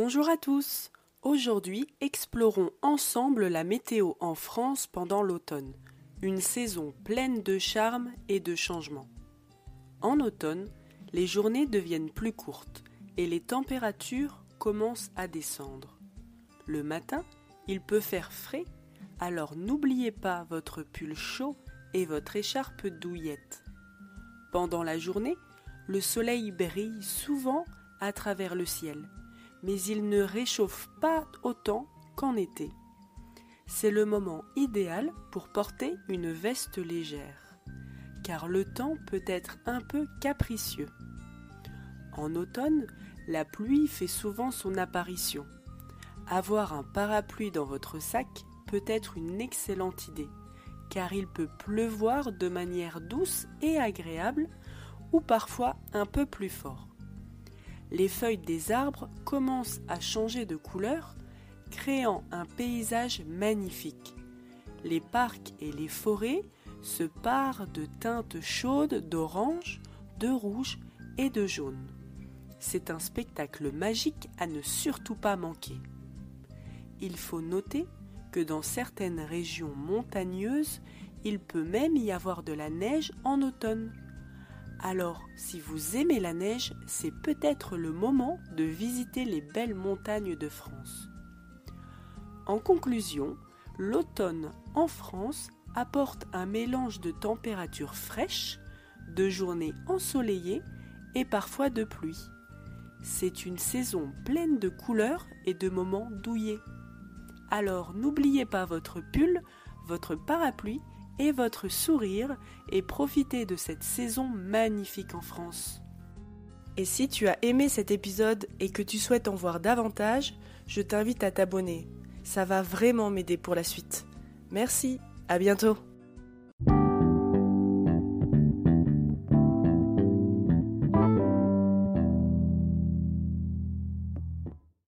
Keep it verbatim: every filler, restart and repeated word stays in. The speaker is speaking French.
Bonjour à tous. Aujourd'hui, explorons ensemble la météo en France pendant l'automne, une saison pleine de charme et de changements. En automne, les journées deviennent plus courtes et les températures commencent à descendre. Le matin, il peut faire frais, alors n'oubliez pas votre pull chaud et votre écharpe douillette. Pendant la journée, le soleil brille souvent à travers le ciel, mais il ne réchauffe pas autant qu'en été. C'est le moment idéal pour porter une veste légère, car le temps peut être un peu capricieux. En automne, la pluie fait souvent son apparition. Avoir un parapluie dans votre sac peut être une excellente idée, car il peut pleuvoir de manière douce et agréable, ou parfois un peu plus fort. Les feuilles des arbres commencent à changer de couleur, créant un paysage magnifique. Les parcs et les forêts se parent de teintes chaudes d'orange, de rouge et de jaune. C'est un spectacle magique à ne surtout pas manquer. Il faut noter que dans certaines régions montagneuses, il peut même y avoir de la neige en automne. Alors, si vous aimez la neige, c'est peut-être le moment de visiter les belles montagnes de France. En conclusion, l'automne en France apporte un mélange de températures fraîches, de journées ensoleillées et parfois de pluie. C'est une saison pleine de couleurs et de moments douillets. Alors n'oubliez pas votre pull, votre parapluie et votre sourire et profitez de cette saison magnifique en France. Et si tu as aimé cet épisode et que tu souhaites en voir davantage, je t'invite à t'abonner. Ça va vraiment m'aider pour la suite. Merci, à bientôt.